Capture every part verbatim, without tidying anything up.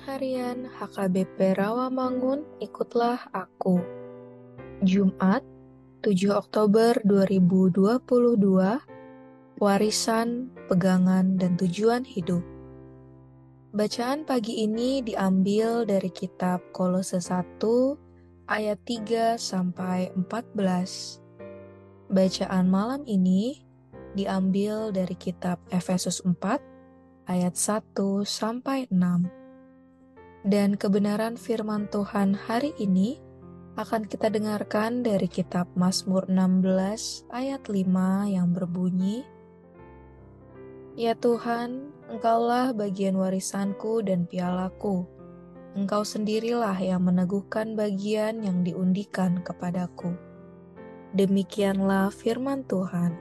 Harian H K B P Rawamangun, ikutlah aku. Jumat, tujuh Oktober dua ribu dua puluh dua, warisan, pegangan, dan tujuan hidup. Bacaan pagi ini diambil dari kitab Kolose satu ayat tiga sampai empat belas. Bacaan malam ini diambil dari kitab Efesus empat ayat satu sampai enam. Dan kebenaran firman Tuhan hari ini akan kita dengarkan dari kitab Mazmur enam belas ayat lima yang berbunyi, Ya Tuhan, Engkaulah bagian warisanku dan pialaku. Engkau sendirilah yang meneguhkan bagian yang diundikan kepadaku. Demikianlah firman Tuhan.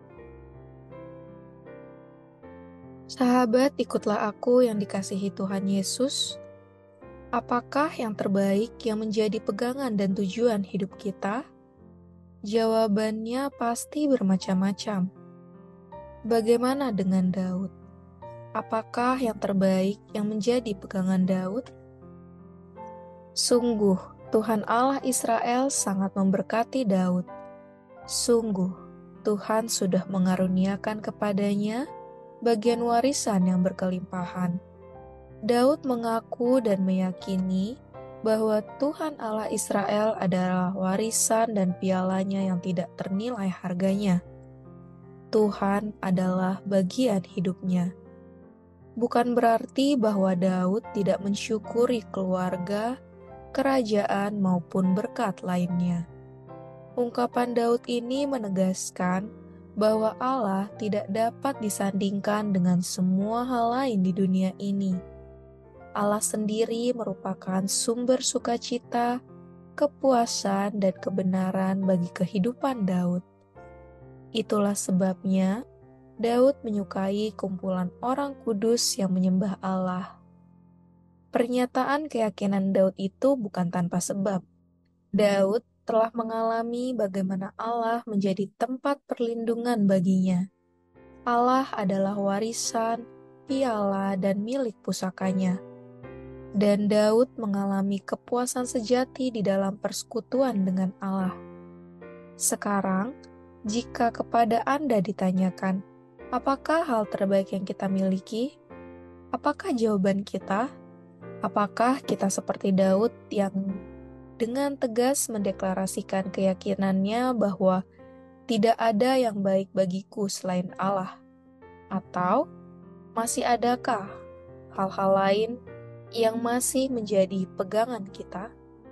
Sahabat, ikutlah aku yang dikasihi Tuhan Yesus. Apakah yang terbaik yang menjadi pegangan dan tujuan hidup kita? Jawabannya pasti bermacam-macam. Bagaimana dengan Daud? Apakah yang terbaik yang menjadi pegangan Daud? Sungguh, Tuhan Allah Israel sangat memberkati Daud. Sungguh, Tuhan sudah mengaruniakan kepadanya bagian warisan yang berkelimpahan. Daud mengaku dan meyakini bahwa Tuhan Allah Israel adalah warisan dan pialanya yang tidak ternilai harganya. Tuhan adalah bagian hidupnya. Bukan berarti bahwa Daud tidak mensyukuri keluarga, kerajaan, maupun berkat lainnya. Ungkapan Daud ini menegaskan bahwa Allah tidak dapat disandingkan dengan semua hal lain di dunia ini. Allah sendiri merupakan sumber sukacita, kepuasan, dan kebenaran bagi kehidupan Daud. Itulah sebabnya Daud menyukai kumpulan orang kudus yang menyembah Allah. Pernyataan keyakinan Daud itu bukan tanpa sebab. Daud telah mengalami bagaimana Allah menjadi tempat perlindungan baginya. Allah adalah warisan, piala, dan milik pusakanya. Dan Daud mengalami kepuasan sejati di dalam persekutuan dengan Allah. Sekarang, jika kepada Anda ditanyakan, apakah hal terbaik yang kita miliki? Apakah jawaban kita? Apakah kita seperti Daud yang dengan tegas mendeklarasikan keyakinannya bahwa tidak ada yang baik bagiku selain Allah? Atau masih adakah hal-hal lain yang masih menjadi pegangan kita?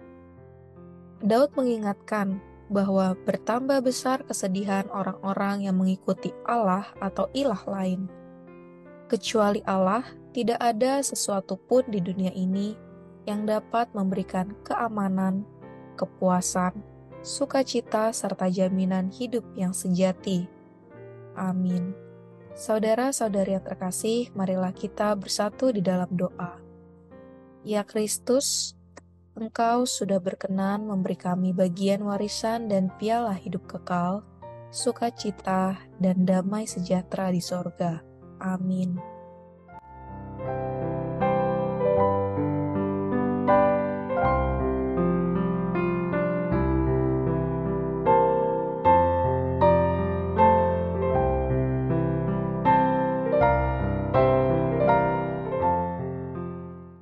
Daud mengingatkan bahwa bertambah besar kesedihan orang-orang yang mengikuti Allah atau ilah lain. Kecuali Allah, tidak ada sesuatu pun di dunia ini yang dapat memberikan keamanan, kepuasan, sukacita, serta jaminan hidup yang sejati. Amin. Saudara-saudari yang terkasih, marilah kita bersatu di dalam doa. Ya Kristus, Engkau sudah berkenan memberi kami bagian warisan dan piala hidup kekal, sukacita, dan damai sejahtera di sorga. Amin.